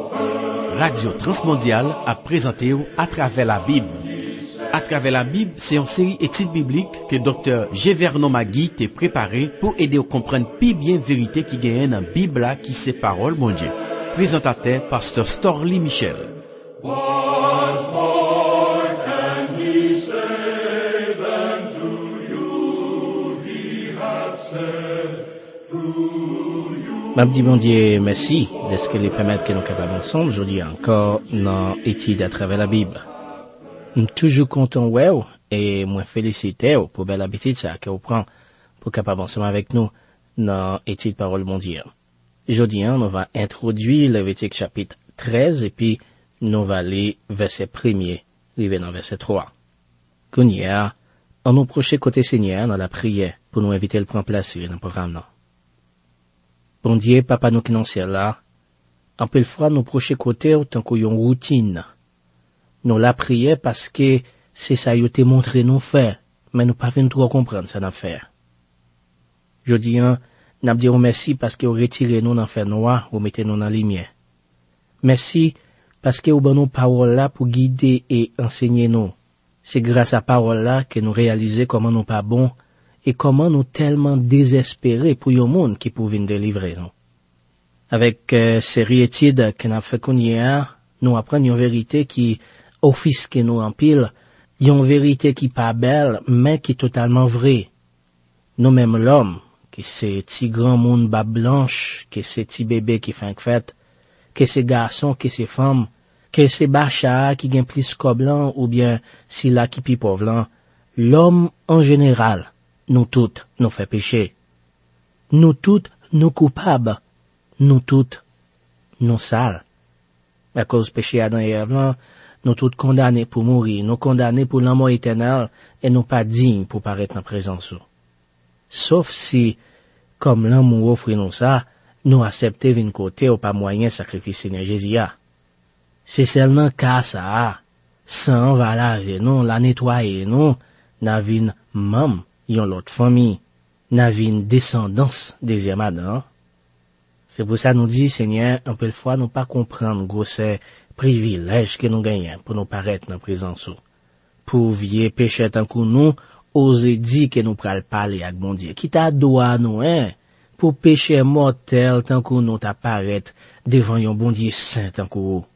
Radio Transmondiale a présenté à travers la Bible. À travers la Bible, c'est une série études bibliques que Dr. Gévernon Magui t'a préparé pour aider à comprendre plus bien vérité qui gagne dans la Bible qui c'est parole mon Dieu. Présentateur Pasteur Storly Michel. M'abdi bon Dieu, merci de ce que les permettre que nous capables ensemble aujourd'hui encore dans étude à travers la Bible. Nous toujours content et moi féliciter pour belle habitude ça que vous prend pour capable ensemble avec nous dans étude parole mondiale. Aujourd'hui, on va introduire Lévitique chapitre 13 et puis nous va aller verset 1er, arriver dans verset 3. Qu'on on nous proche côté Seigneur dans la prière pour nous inviter à le prendre place dans le programme là. Bon Dieu, papa nous qui dans ciel là, en peu fois nous proche côté autant qu'on une routine. Nous la prière parce que c'est ça yo te montré nous faire, mais nous pas venir trop comprendre ça d'affaire. Je dis n'a dit merci parce que vous retirez nous dans faire noir, vous mettez nous dans la lumière. Merci parce que vous donnez nos paroles là pour guider et enseigner nous. C'est grâce à parole là que nous réalisons comment nous pas bon et comment nous tellement désespérés pour un monde qui pouvait nous délivrer nous. Avec série études qu'on a fait nous apprenons une vérité qui offusque nous en pile, une vérité qui pas belle mais qui est totalement vraie. Nous même l'homme que c'est petit grand monde bas blanche, que c'est petit bébé qui fait fête, que c'est garçon, que c'est femme, que c'est bacha qui gagne plus que blanc ou bien si là qui pi pauvre, l'homme en général, nous toutes, nous fait pécher. Nous toutes, nous coupables. Nous toutes, nous sales. À cause péché Adam et Ève, nous toutes condamnés pour mourir, nous condamnés pour la mort éternelle et nous pas dignes pour paraître en présence. Sauf si, comme l'amour offre nous ça, nous acceptons d'une côté ou pas moyen sacrifice Seigneur Jésus. C'est seulement cas ça, sang va laver nous, la nettoyer nous, n'a vin mam, yon l'autre famille, n'a vin descendance deuxième Adam. C'est pour ça nous dit Seigneur, un peu de fois nous pas comprendre gros privilège que nous gagnons pour nous paraître dans présence. Pour vieux péché tant que nous, oser dire que nous pral parler avec bon Dieu. Qui t'a droit nous, pour péché mortel tant que nous t'apparaître devant un bon Dieu saint tant que vous.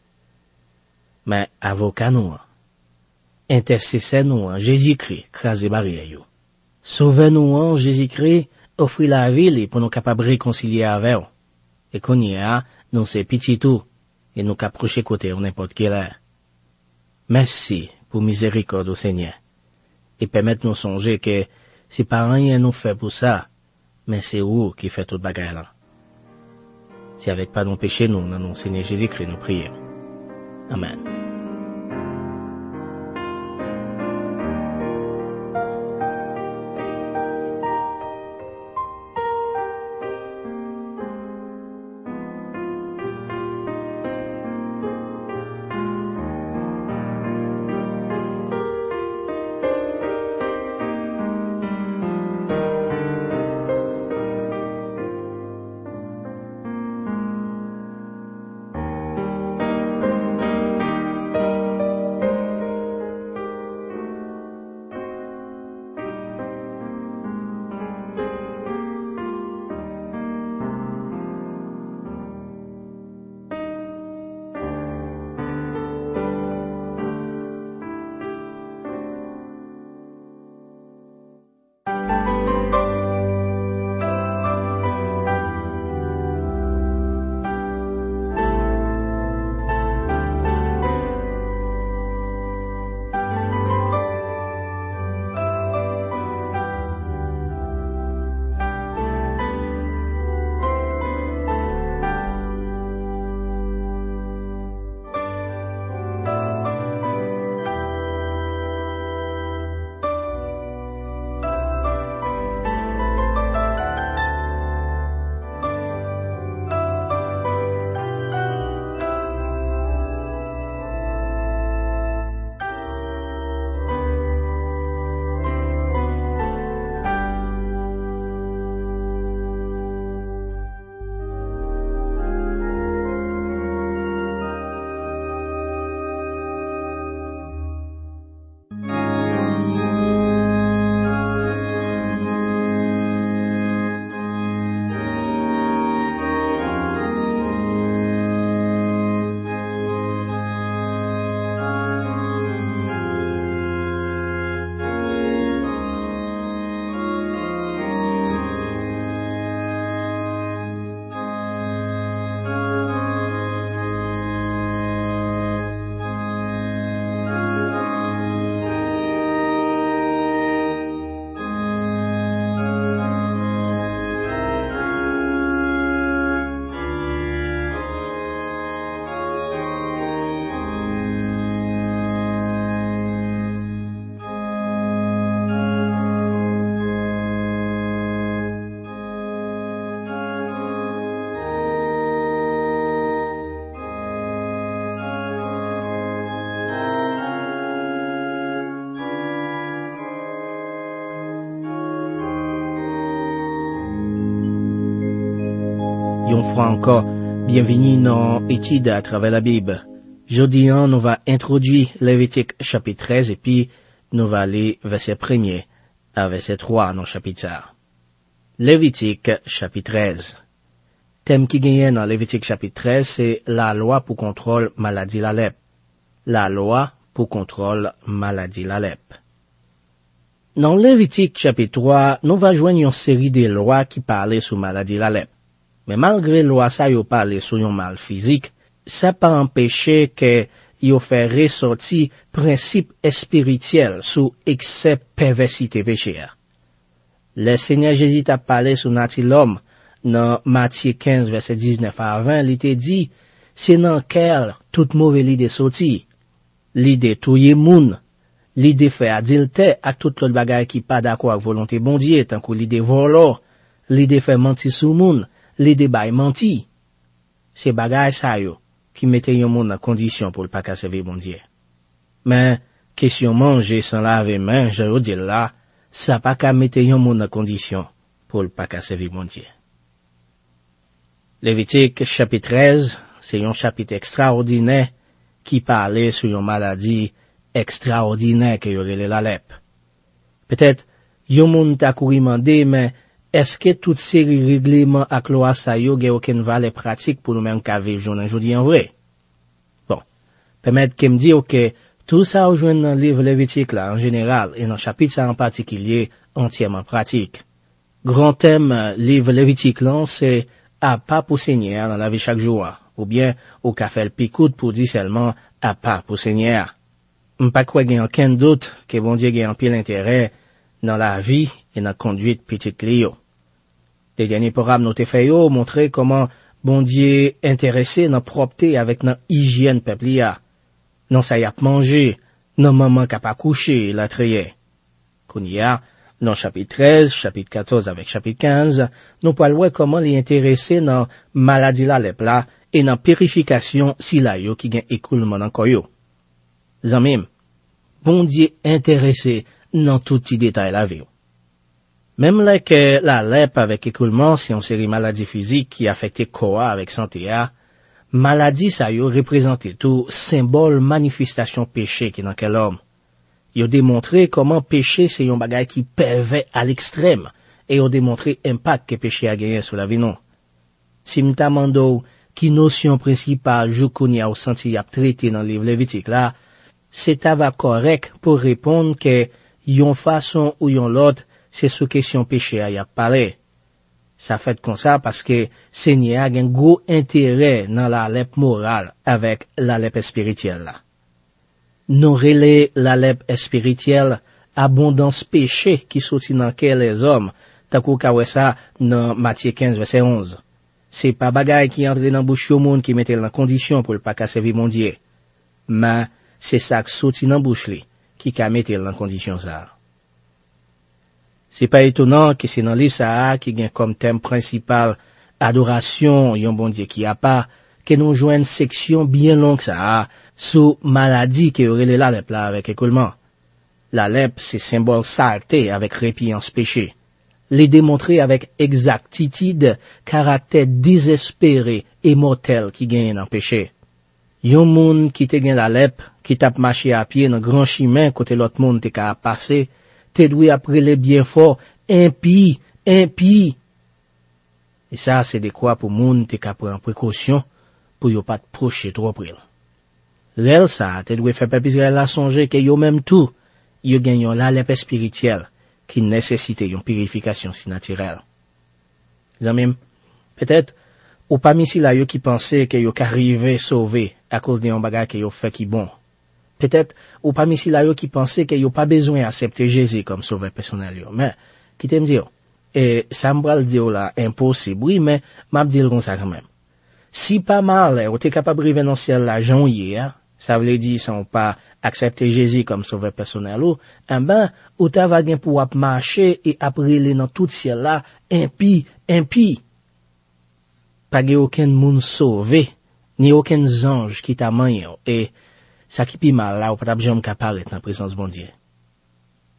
Mais avocat nous, intercesseur nous, Jésus-Christ, crasé barrière yo. Sauvez nous, Jésus-Christ, offrir la vie pour nous capables de réconcilier avec vous. Et qu'on y a, nous c'est petit tout, et nous qu'approcher côté ou n'importe quelle heure. Merci pour miséricorde au Seigneur. Et permettre nous songer que c'est pas rien nous fait pour ça, mais c'est vous qui fait tout bagarre là. Si avec pas nos péchés nous, dans notre Seigneur Jésus-Christ nous prions. Amen. fois encore, bienvenue dans étude à travers la Bible. Jeudi, nous va introduire Lévitique chapitre 13 et puis nous va aller verset 1er à verset 3 dans le chapitre ça. Lévitique chapitre 13. Thème qui gagne dans Lévitique chapitre 13, c'est la loi pour contrôle maladie la lèpre. La loi pour contrôle maladie la lèpre. Dans Lévitique chapitre 3, nous va joindre une série de lois qui parlaient sur maladie la lèpre. Mais malgré loi ça yo parle sur un mal physique, ça pas empêché que yo fait ressortir principe spirituel sur excès perversité péché. Le Seigneur Jésus a parlé sur nature l'homme dans Matthieu 15 verset 19 à 20, il te dit c'est dans quel toute mauvaise idée sorti, l'idée touyer moun, l'idée faire adultère à toute l'autre bagaille qui pas d'accord avec volonté bon Dieu, tant que l'idée volo, l'idée faire mentir sur moun, l'idée bail menti. C'est bagaille ça yo qui mettait yon moun en condition pour le pas casser bon Dieu. Mais question manger sans laver main, je veux dire là, ça pas qu'à mettre yon moun en condition pour le pas casser bon Dieu. Lévitique chapitre 13, c'est un chapitre extraordinaire qui parlait sur une maladie extraordinaire que y'aurait la lèpre. Peut-être, yon moun t'a couru mandé, mais est-ce que toute série règlements ak loi sa yo gen aucune valeur pratique pour nous-mêmes qu'à vivre journée aujourd'hui en vrai? Bon, permettre que me dire que tout ça au joindre dans le livre Lévitique là en général et dans le chapitre ça en particulier entièrement pratique. Grand thème livre Lévitique là c'est à pas pour Seigneur dans la vie chaque jour, ou bien au café le picoute pour dire seulement à pas pour Seigneur. M'pas quoi gen aucun doute que bon Dieu gen un pile intérêt dans la vie et dans la conduite petite Lio. Les derniers programmes nous te fait yo montrer comment bon Dieu intéressé dans propreté avec dans hygiène peuple ya. Non ça y a manger, non maman qui a pas couché la trier. Qu'on y a dans chapitre 13, chapitre 14 avec chapitre 15, nous parlons comment les intéressés dans maladie la lèpre là et dans purification si la yo qui gagne écoulement dans koyo. Zamim, bon Dieu intéressé dans tout petit détail la vie. Même là que la lèpre avec écoulement, c'est une série maladie physique qui affectait corps avec santé a, maladie ça yo représentait tout symbole manifestation péché qui dans quel homme. Yo démontré comment péché c'est un bagage qui pervers à l'extrême et yo démontré impact que péché a gagné sur la vie non. Si m'ta mando qui notion principale jou koni a ou senti a traité dans le livre Lévitique là, c'est ava correct pour répondre que yon façon ou yon l'autre c'est sous question péché à y a parlé. Ça fait comme ça parce que Seigneur a un gros intérêt dans la lèpre morale avec la lèpre spirituelle là. Nous relais la lèpre spirituelle abondance péché qui sortit dans quel les hommes, tant qu'on kawè ça dans Matthieu 15 verset 11. C'est pas bagaille qui entre dans bouche au monde qui mettait en condition pour le pas casser mon Dieu. Mais c'est ça qui sortit dans bouche li qui ka mettait en condition ça. C'est pas étonnant que c'est dans le livre ça qui gagne comme thème principal adoration yon bon Dieu qui a pas que nous joignons une section bien longue ça sous maladie qui aurait la lèpre là avec écoulement. La lèpre c'est symbole saleté avec répiance péché. Les démontrer avec exactitude caractère désespéré et mortel qui gagne dans péché. Yon moun qui te gagne la lèpre qui tape marcher à pied dans grand chemin côté l'autre monde te ka passer te doué après les bien fort, impie. Et ça, c'est de quoi pour moun te ka prendre précaution pour yo pas te procher trop près. L'el ça, te doué faire peuple Israël la songer que yo même tout, yo gagnon la lèpre spirituelle qui nécessite une purification si naturelle. Zamim, peut-être, ou parmi si la yo qui pensait que yo qu'arrivé sauvé à cause de yon bagage que yo fait qui bon. Peut-être, ou parmi si la yo qui pensait que yo pas besoin d'accepter Jésus comme sauveur personnel yo. Mais, qui t'aime dire, et ça m'bral dire là, impossible, oui, mais, m'a dire comme ça quand même. Si pas mal, ou t'es capable de revenir dans le ciel là, janvier, ça veut dire, sans pas accepter Jésus comme sauveur personnel ou, ou t'as va gen pour marcher et après les dans tout ciel là, impie. Pas gen aucun monde sauvé, ni aucun ange qui t'a manyo, et, ça qui pi mal là, ou pas jamais capable d'être en présence de bon Dieu.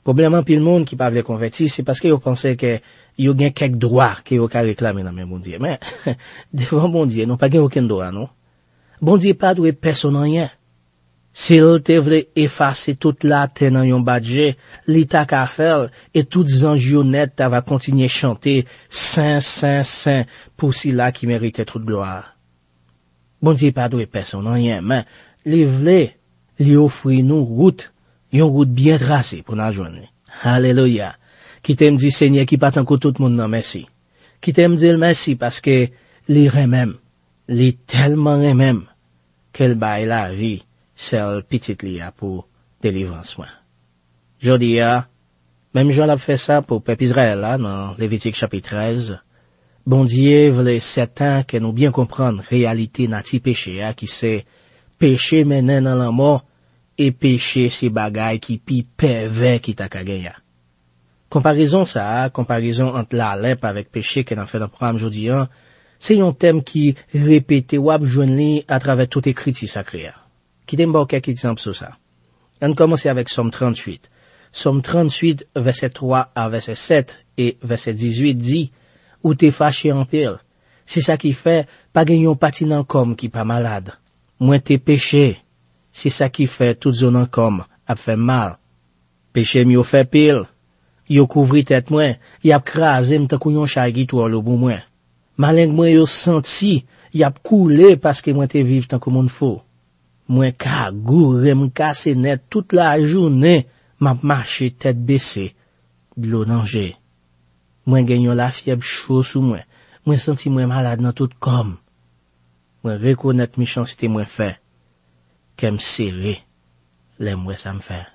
Probablement, puis le monde qui parle converti, c'est parce qu'ils pensaient que ils ont quelques droits qu'ils ont réclamer dans le bon Dieu. Mais, devant bon Dieu, non pas aucun droit, non? Bon Dieu pas doué personne rien. S'il te voulait effacer toute la terre dans yon badge, l'état qu'a fait, et toutes angionettes va continuer à chanter Saint, Saint, Saint, pour celui-là qui méritait toute gloire. Bon Dieu pas doué personne rien, mais, les voulait, lui offrir nous une route bien tracée pour nous joindre. Alléluia. Qui t'aime dit Seigneur qui pas encore tout le monde non merci. Qui t'aime dire merci parce que les remèm, les tellement remèm, qu'elle baille la vie, celle petite lia pour délivrance moi. Jodi a, même Jean l'a fait ça pour peuple Israël là, dans Lévitique chapitre 13. Bon Dieu voulait certain que nous bien comprendre réalité nati péché qui c'est péché mène dans la mort et péché c'est bagaille qui pi pervers qui t'a kagaya. Comparaison entre la lèpre avec péché qu'on a fait dans le programme aujourd'hui, c'est un thème qui répété ou abjoigné à travers toute écriture sacrée. Qui t'aime pas quelques exemples sur ça. On commence avec Somme 38. Somme 38, verset 3 à verset 7 et verset 18 dit, ou t'es fâché en pile. C'est ça qui fait, pas gagner un patinant comme qui pas malade. Moins t'es péché. C'est ça qui fait toute zone comme, a fait mal. Péché mieux fait pile. Yo couvri tête moi, y a crasé m'ta couillon chagi tout le bout moi. Maling moi yo senti, y a coulé parce que moi t'es vivre tant que monde faut. Moi ka gouré m'casse net toute la journée, m'a marché tête baissée, de l'eau danger. Moi gagnon la fièvre chaud sous moi. Moi senti moi malade dans tout comme. Moi reconnaître méchanceté moi fait. Qu'aime serré, les moi ça me fait.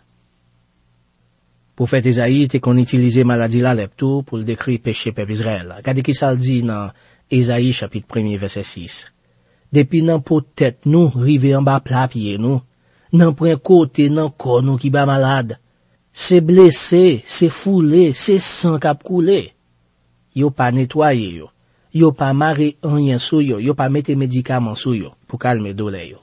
Prophète Isaïe était qu'on utilisait maladie la lepto pour le décrire péché peuple Israël. Regardez qui ça le dit dans Isaïe chapitre 1 verset 6. Depuis nan peut-être nous river en bas plat pied nous, nan point côté nan corps nous qui ba malade. C'est blessé, c'est foulé, c'est sang qui a coulé. Yo pas nettoyé yo pas maré rien sou yo pas mettre médicaments sou yo pour calmer douleur yo.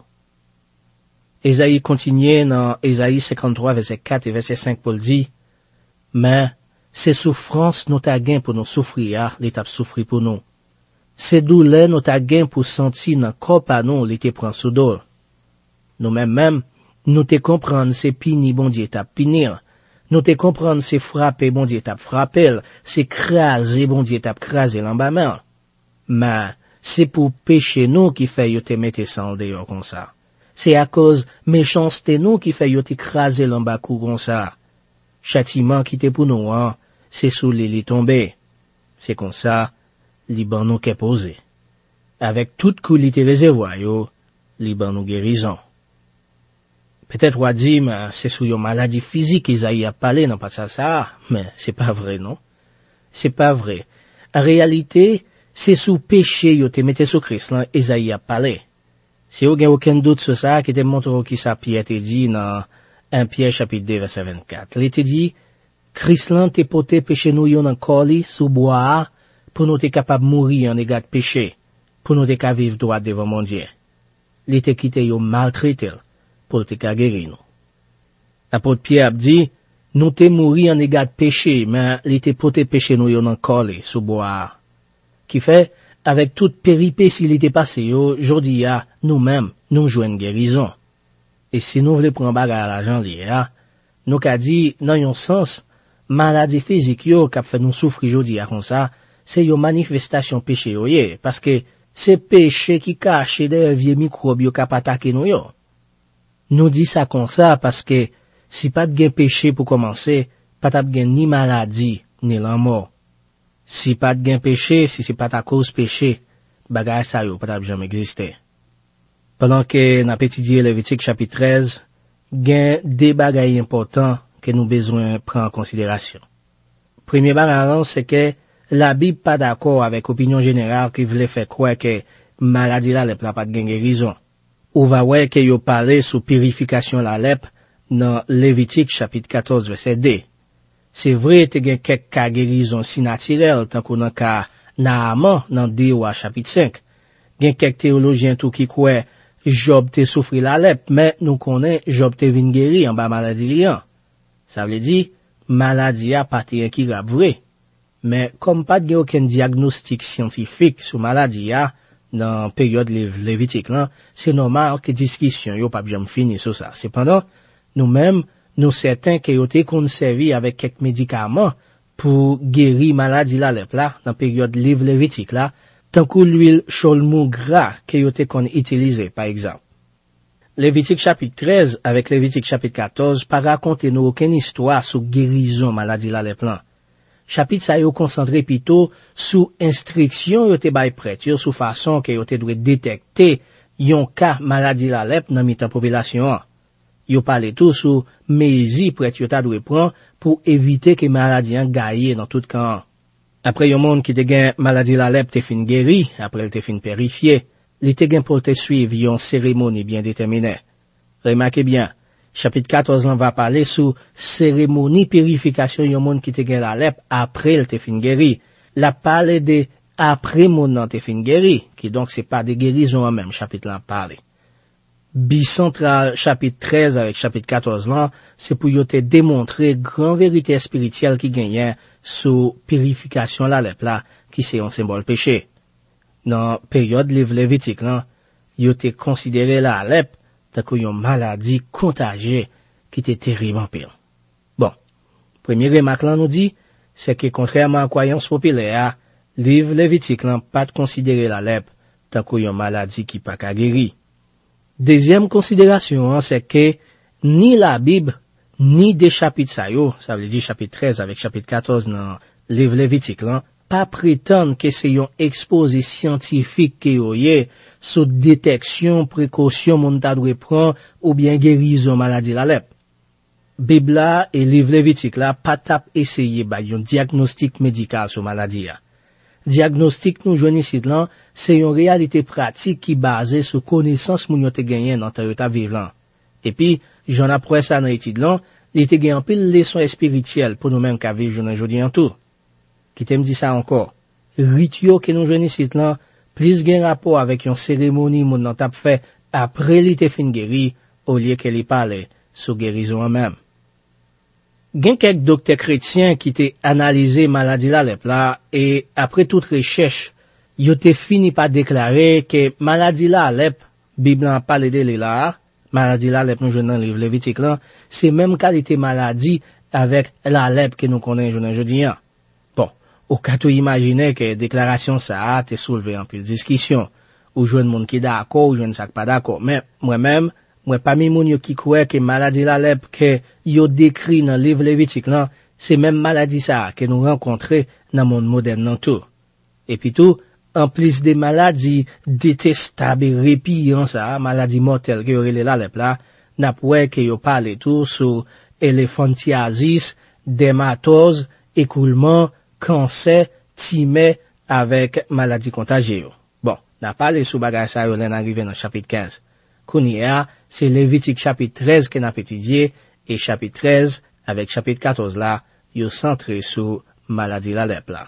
Isaïe continue dans Isaïe 53 verset 4 et verset 5 pour le dire. Mais, ces souffrances nous t'a gain pour nous souffrir, l'étape souffrir pour nous. Ces douleurs nous t'a gain pour sentir dans corps à nous, l'été prend sous dos. Nous même, nous te comprendre c'est pini bon Dieu t'a pinir. Nous te comprendre c'est frapper bon Dieu t'a frapper, c'est craser bon Dieu t'a craser l'embameur. Mais, c'est pour pécher nous qui fait yo te mettre sans dehors comme ça. C'est à cause méchanceté nous qui fait yo te craser l'embacou comme ça. Châtiment qui était pour nous, c'est sous les tombé. C'est comme ça, liban nous qu'est posé. Avec toute qualité réservoir, liban nous guérison. Peut-être on dit, mais c'est sous une maladie physique Isaïe a parlé, non pas ça, mais c'est pas vrai, non? C'est pas vrai. En réalité, c'est sous péché yo te mette sous Christ, là, Isaïe a parlé. Si vous n'avez aucun doute sur ça, qui te montre qui ça Pierre te dit dans 1 Pierre chapitre 2 verset 24. Il te dit, Christ l'an te poté péché nous yon en coli sous bois pour nous te capable mourir en égard de péché, pour nous te capable vivre droit devant mon Dieu. Il te quitté yon maltraité pour te capable guérir nous. L'apôtre Pierre a dit, nous te mourir en égard de péché, mais il te poté péché nous yon en coli sous bois. Qui fait, avec toute péripétie il était passé, aujourd'hui, nous-mêmes, nous jouons guérison. Et si nous voulons prendre bagarre à l'argent lié, nous qu'a dit, dans un sens, maladie physique yo qu'a fait nous souffrir aujourd'hui comme ça, c'est une manifestation péché yo, parce que c'est péché qui cache des vieux microbes yo qu'a attaqué nous yo. Nous dit ça comme ça parce que si pas de gain péché pour commencer, pas de gain ni maladie, ni la mort. Si pas de gain péché, si c'est pas ta cause péché, bagarre ça yo pas jamais exister. Pendant que n'a étudié Lévitique chapitre 13, gain des bagailles importants que nous besoin prendre en considération. Premier bagage, c'est que la Bible pas d'accord avec opinion générale qui voulait faire croire que maladie la lèpre pas de guérison. Ou va voir que yo parlé sous purification la lèpre dans Lévitique chapitre 14 verset 2. C'est vrai que gen quelques cas guérison si naturel tant qu'on a cas Naaman dans Dewa chapitre 5. Gen quelques théologiens tout qui croient Job te souffri la lèpre, mais nous connaissons Job te vin guéri en bas maladie liant. Ça veut dire, maladie a pas été incurable vrai. Mais comme pas de aucun diagnostic scientifique sur maladie a dans période Lévitique là, c'est normal que discussion yo pas bien fini sur ça. Cependant, nous-mêmes nous certains que yo été conservé avec quelques médicaments pour guérir maladie la lèpre là dans période Lévitique là, tant que l'huile cholmou gras que yo été qu'on utilisé par exemple. Lévitique chapitre 13 avec Lévitique chapitre 14 pas raconter nous aucune histoire sur guérison maladie la lèpre là. Chapitre ça yo concentré plutôt sous instruction yo te bay prêtre yo sous façon que yo te doit détecter yon cas maladie la lèpre dans mitan population. Yo parle tout sous mesures prêtre yo ta doit prendre pour éviter que maladie en gagne dans tout camp. Après yon monde qui te gen maladie la lèpre te fin guéri, après te fin purifié, li te gen pour te suivre yon cérémonie bien déterminée. Remarquez bien, chapitre 14 on va parler sous cérémonie purification yon monde qui te gen la lèpre après le te fin guéri. La parle de après mon nan te fin guéri, qui donc c'est pas de guérison en même chapitre là parler. Bicentral chapitre 13 avec chapitre 14 là, c'est pour yo te démontrer grand vérité spirituelle qui gagne sous purification la lèpre là, qui c'est un symbole péché. Dans période Lévitique là, yo te considéré la lèpre tant yon maladie contagieuse qui était terrible en pire. Bon, premier remarque là nous dit, c'est que contrairement à croyance populaire, livre Lévitique là pas de considérer la lèpre tant yon maladie qui pas guéri. Deuxième considération, c'est que ni la Bible, ni des chapitres ça veut dire chapitre 13 avec chapitre 14 dans livre Lévitique là, pas prétendre que c'est un exposé scientifique qui est sur détection, précaution, mon ta doit prendre ou bien guérison maladie la lèpre. Bible et livre Lévitique là, pas tap essayer ba un diagnostic médical sur maladie. Diagnostic nous joignons ici là, c'est une réalité pratique qui basée sur connaissance moun yo te gagné dans ta vivant. Et puis, j'en apprends ça dans l'étude là, il te gagne pile leçon spirituelle pour nous-mêmes qui vivons aujourd'hui en tout. Qui t'aime dit ça encore. Ritio que nous joignons ici là, plus gain rapport avec une cérémonie moun nan t'a fait après li te fin guéri au lieu que li parle sur guérison en même. Gen quelques docteurs chrétiens qui t'ont analysé maladie la lèpre là et après toute recherche, yo te fini par déclarer que maladie la lèpre, Bible en parle de là, maladie la lèpre nous joignons dans le livre Lévitique là, c'est même qualité maladie avec la lèpre que nous connaissons aujourd'hui. Bon, au cas où imaginer que déclaration ça a te soulevé en pile discussion, ou jeune monde qui d'accord ou jeune ça pas d'accord, mais moi-même moi parmi moun yo qui croit que maladie la lèpre que yo décrit dans livre Lévitique là, c'est même maladie ça que nous rencontrer dans le monde moderne non tout. Et puis tout, en plus des maladies détestables et répugnantes ça, maladie mortelle que aurait la lèpre là, n'a pas que yo parle tout sur éléphantiasis, dermatose, écoulement, cancer, timé avec maladie contagieuse. Bon, n'a parlé sous bagage ça yo l'en arrivé dans chapitre 15. Kounia, c'est Lévitique chapitre 13 qu'on a étudié, et chapitre 13 avec chapitre 14 là, yo centré sur maladie la lèpre là.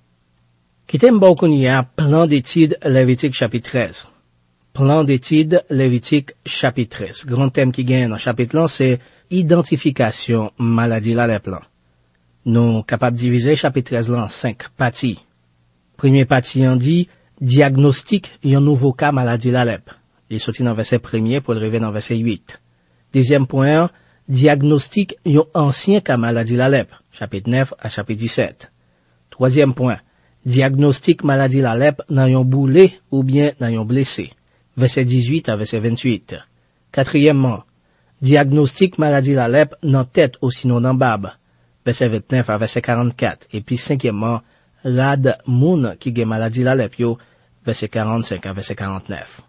Kitem bon kounia, plan d'étude Lévitique chapitre 13. Plan d'étude Lévitique chapitre 13. Grand thème qui gagne dans chapitre là, c'est identification maladie la lèpre là. Nous capables de diviser chapitre 13 là en 5 parties. Premier partie en dit, diagnostic yon nouveau cas maladie la lèpre. Il est sorti dans verset 1er pour le révéler dans verset 8. Deuxième point, diagnostic yon ancien cas maladie la lèpre, chapitre 9 à chapitre 17. Troisième point, diagnostic maladie la lèpre dans yon boulé ou bien dans yon blessé, verset 18 à verset 28. Quatrièmement, diagnostic maladie la lèpre dans tête ou sinon dans barbe, verset 29 à verset 44. Et puis cinquièmement, rad moun qui gen maladie la lèpre yo, verset 45 à verset 49.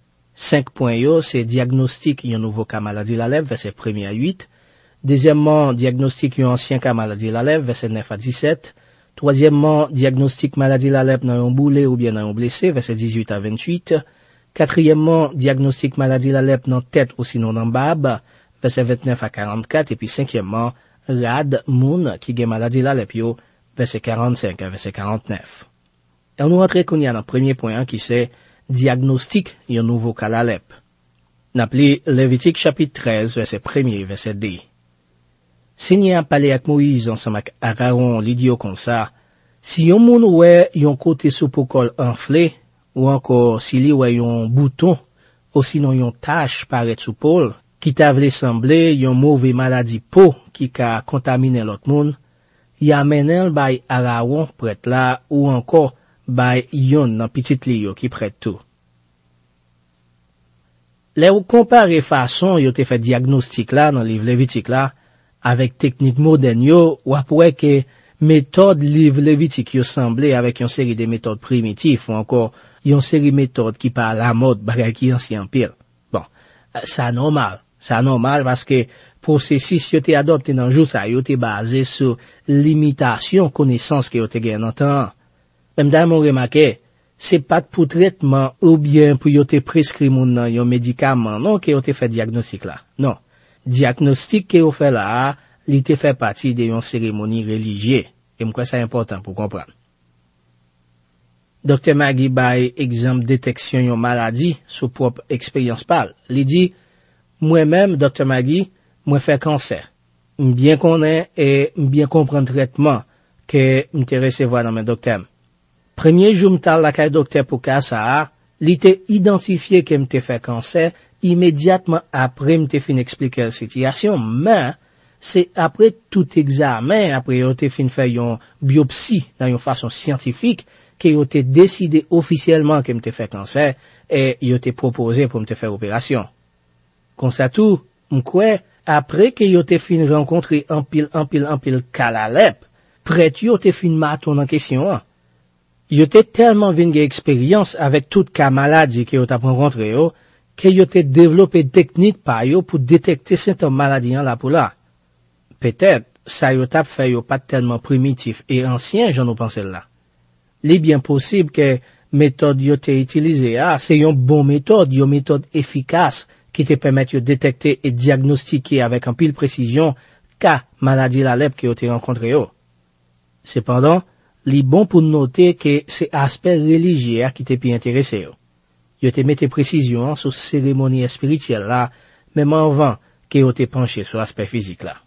5 points yo, c'est diagnostic yon nouveau cas maladie la lèpre, verset 1er à 8. Deuxièmement, diagnostic yon ancien cas maladie la lèpre, verset 9 à 17. Troisièmement, diagnostic maladie la lèpre dans yon boulé ou bien dans yon blessé, verset 18 à 28. Quatrièmement, diagnostic maladie la lèpre dans tête ou sinon dans barbe, verset 29 à 44. Et puis cinquièmement, rad moun qui gen maladie la lèpre yo, verset 45 à verset 49. Et on nous rentre qu'on y a dans le premier point qui c'est diagnostic yon nouveau cas la lèpre. N'appelé Lévitique chapitre 13 verset 1er verset 2. Seigneur a parlé avec Moïse ensemble avec Aaron, li dit comme ça, si yon moun wè yon côté soupokol enflé, ou encore si li wè yon bouton, ou sinon yon tache paraît sous pôle, qui t'a vle semblé yon mauvais maladie peau qui ka contaminer l'autre moun, y amenel bay Aaron prête là, ou encore bay yon nan petit li yo qui prête tout. Lè ou compare façon yo te fait diagnostic là dans livre Lévitique là, avec technique moderne yo, ou après que méthode livre Lévitique yo semblé avec une série de méthodes primitives, ou encore une série de méthodes qui par la mode bagay qui ancien pile. Bon, ça normal parce que processus yo te adopté dans jour ça yo te basé sur limitation connaissance que yo te gagne dans temps. Même dans mon remarqué, c'est pas pour traitement ou bien pour yo te prescrit moun nan yon médicament non que yo te fait diagnostic là. Non. Diagnostic que yo fait là, li te fait partie de yon cérémonie religieuse. Et m'kwa c'est important pour comprendre. Dr. Maggie bay exemple détection yon maladie sous propre expérience parle. Li dit, moi-même, Dr. Maggie, moi fait cancer. M'bien connaît et m'bien comprendre traitement que m'te recevoir dans mes docteurs. Premier jour m'tal la kay docteur pour ça, li te identifié que m'te fait cancer immédiatement après m'te fin expliquer la situation, mais c'est après tout examen, après yo te fin fait yon biopsie dans une façon scientifique, que yo te décidé officiellement que m'te fait cancer et yo te proposé pour m'te faire opération. Comme ça tout, m'kwe, après que yo te fin rencontrer en pile kalalep, prête yo te fin maton en question. Yo te tellement vin gen expérience avec toute ka maladie que yo t'a rencontré yo, que yo te développé technique par yo pour détecter symptômes maladie là pour là. Peut-être, ça yo t'a fait yo pas tellement primitif et ancien, j'en ai pensé là. Li bien possible que méthode yo te utilisé c'est une bonne méthode, une méthode efficace qui te permet de détecter et diagnostiquer avec un pile précision ka maladie la lèpre que yo te rencontré yo. Cependant, li bon pour noter que c'est aspect religieux qui te pi intéressé yo. Yo te mette précision sur cérémonie spirituelle là, même avant que yo te penché sur aspect physique là.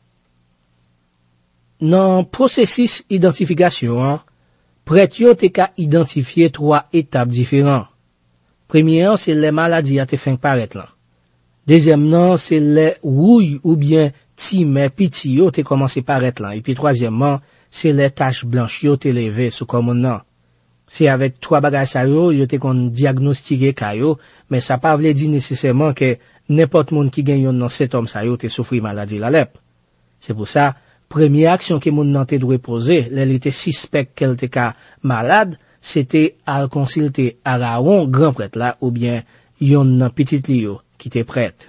Dans processus identification, prête yo te ka identifier trois étapes différentes. Première, c'est les maladies à te fin paraître là. Deuxièmement, c'est les rouilles ou bien timé piti yo te commencé paraître là. Et puis troisièmement, c'est les taches blanches yo te levé sous common nan. C'est avec trois bagages sa yo te kon diagnostiqué kayo, mais ça pas vle di nécessairement que n'importe monde qui gagne yon nan cet homme sa yo te souffri maladie la lèpre. C'est pour ça, première action que moun nan te doit poser, l'elle était suspect qu'elle te ka malade, c'était à consulter Aaron grand prêtre là ou bien yon nan petit li yo qui te prête.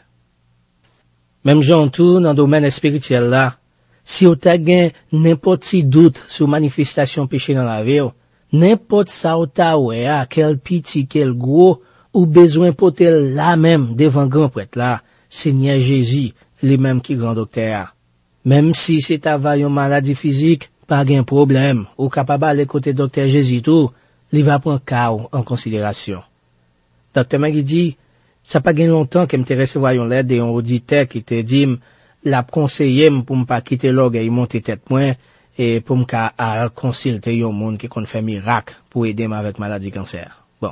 Même Jean tout dans domaine spirituel là, si ou ta gen n'importe si doute sur manifestation péché dans la vie, n'importe ça ou ta ouais, quel petit, quel gros, ou besoin potel là même devant grand prêtre là, Seigneur Jésus, les mêmes qui grand docteur. Même si c'est ta vaillon maladie physique, pas gen problème, ou capable aller côté docteur Jésus tout, il va prendre cas en considération. Docteur Magui dit, ça pas gen longtemps que m'te recevoir yon lettre d'un auditeur qui te dit, l'a conseillé pour m'pas quitter l'orgue et monter tête moins, et pour m'ka à consulter yon monde qui kon fait miracle pour aider avec maladie cancer. Bon.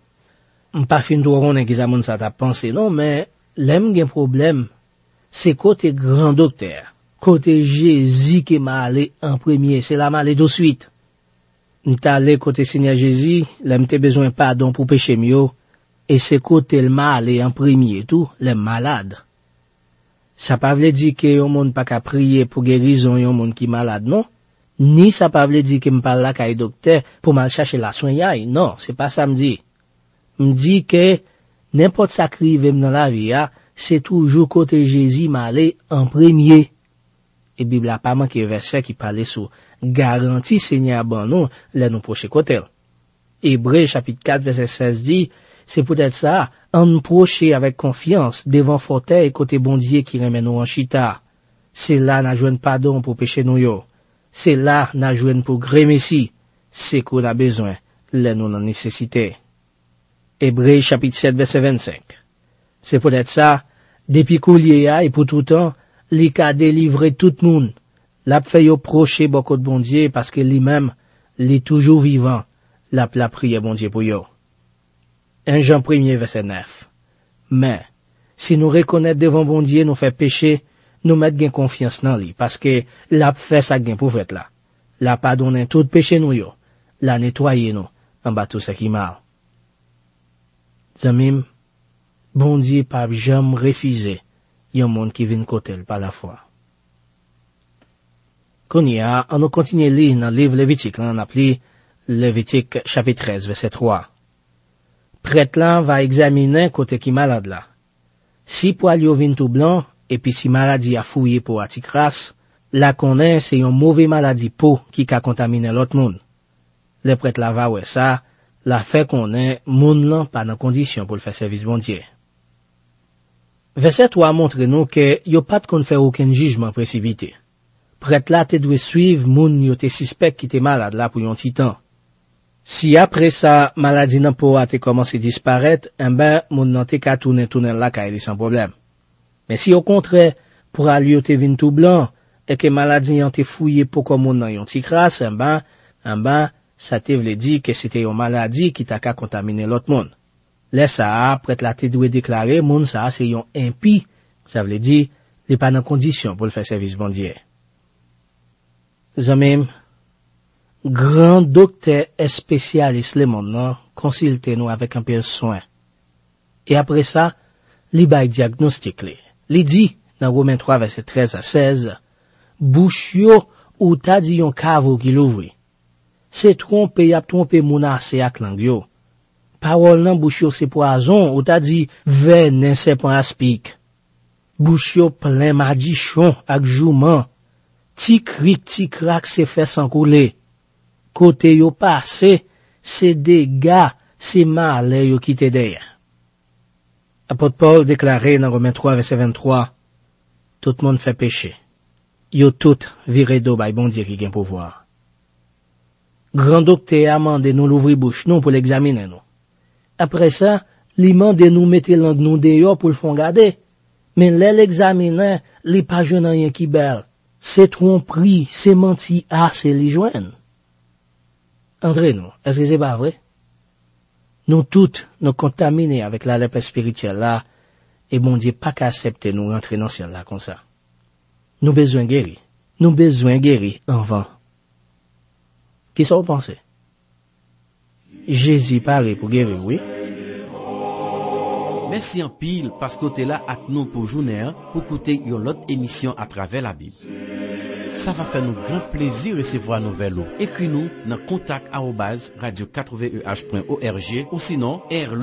M'pas fin tout ronde qui ça moun ça t'a pensé, non, mais, l'aime gen problème, c'est côté grand docteur. Côté Jésus qui m'a allé en premier, c'est la malade de suite. M'ta allé côté Seigneur Jésus, là m'te besoin pardon pour péché mieux, et c'est côté le mal allé en premier tout, les malades. Ça pas veut dire que yon monde pas qu'à prier pour guérison yon monde qui malade, non? Ni ça pas veut dire que m'parle la kay docteur pour mal chercher la soin yay, non, c'est pas ça m'dit. M'dit que n'importe ça qui arrive dans la vie, c'est toujours côté Jésus m'a allé en premier. Et Bible a pas manqué verset qui parlait sur garantie Seigneur bon nous, là nous proche côté. Hébreux chapitre 4 verset 16 dit, c'est peut-être ça, en nous procher avec confiance devant fauteuil côté bon Dieu qui remet nous en chita. C'est là n'a joine pardon pour péché nous yo. C'est là n'a joine pour gré messie. C'est qu'on a besoin, là nous en nécessité. Hébreux chapitre 7 verset 25. C'est peut-être ça, depuis qu'on y est et pour tout temps, li ka délivrer tout le monde, l'a fait yo proche beaucoup de bon Dieu parce que lui-même, il est toujours vivant, l'a prié bon Dieu pour yo. 1 Jean 1er verset 9. Mais, si nous reconnaître devant bon Dieu, nous fait péché, nous mettre gain confiance dans lui, parce que l'a fait ça gain pour fait là. L'a pardonné tout péché nous yo, l'a nettoyé nous, en bas tout ce qui mal. Zamim, bon Dieu pas jamais refusé, yon monde qui vient côté par la foi. Konya, on nous continue lire dans le livre Lévitique, on appelé Lévitique chapitre 13, verset 3. Prêtre là va examiner côté qui malade là. Si poil yo vin tout blanc, et puis si maladie a fouillé pour atikras, la connaît c'est une mauvaise maladie peau qui a contaminé l'autre monde. Le prêtre là va ouais ça, la fait connaît monde là pas dans condition pour le faire service bon Dieu. Verset 3 montre nous que yo pas de faire aucun jugement précipité. Prêtre là te doit suivre moun yo te suspect qui te malade là pour yon petit temps. Si après ça, maladie nan pou a te commencé disparaître, moun nan te ka tourner la kaili sans problème. Mais si au contraire, pour aller yo te vin tout blanc, et que maladie yon te fouillé pour comme moun nan yon ti crasse, ça te vle dit que c'était yon maladie qui t'a ka contaminé l'autre monde. Là ça, prêtre la te doit déclarer, moun ça, c'est yon impie, ça vle dit, li pas dans condition pour le faire service bon Dieu. Zamim, grand docteur et spécialiste le monde consulte nous avec un peu de soin. Et après ça, li bay diagnostic li. Li dit dans Romains 3 verset 13 à 16, bouche yo ou ta di yon kavo qui l'ouvri. C'est tromper y a tromper moun ase ak lang yo. Parole nan bouche yo c'est poison ou ta di venin c'est point aspic. Bouche yo plein madichon ak jouman. Ti krik, ti krak se fait sans couler. Côté yo passé, c'est dégâts, c'est mal yo qui te derrière. Apôtre Paul déclaré dans Romains 3 verset 23, tout le monde fait péché. Yo tout viré d'eau by bon Dieu qui gagne pouvoir. Grand docteur a mandé nous l'ouvrir bouche nous pour l'examiner nous. Après ça, li mande nous mettre langue nous dehors pour le fond garder. Mais l'examiner, li pas jeune rien qui belle. C'est tromperie, c'est menti, c'est li joine. André nous, est-ce que c'est pas vrai? Nous toutes nous contaminés avec la lèpre spirituelle là, et bon Dieu pas qu'accepter nous rentrer dans le ciel là comme ça. Nous besoin guérir. Nous besoin guérir en vain. Qui ça vous pensez? Jésus parle pour guérir, oui? Merci en pile parce que tu es là avec nous pour journée pour écouter une autre émission à travers la Bible. Ça va faire nous grand plaisir de recevoir nos vélos. Écris-nous dans contact@radio4veh.org ou sinon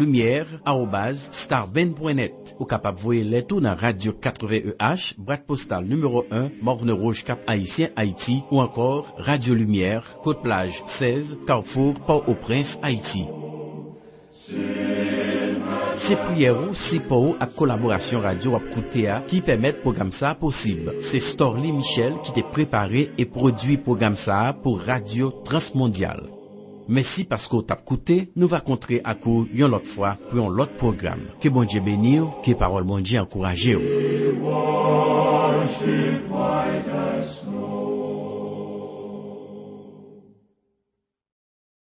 airlumière@starben.net. Ou capable voyer les tout dans Radio 4VEH, boîte postale numéro 1, Morne Rouge, Cap Haïtien, Haïti, ou encore Radio Lumière, Côte-Plage 16, Carrefour, Port-au-Prince, Haïti. C'est prière aussi pour la collaboration radio Apkoutea qui permet programme ça possible. C'est Storly Michel qui t'a préparé et produit programme ça pour Radio Transmondial. Merci parce que t'as écouté, nous va rencontrer à coup une autre fois pour un autre programme. Que bon Dieu bénisse, que parole bon Dieu encourage.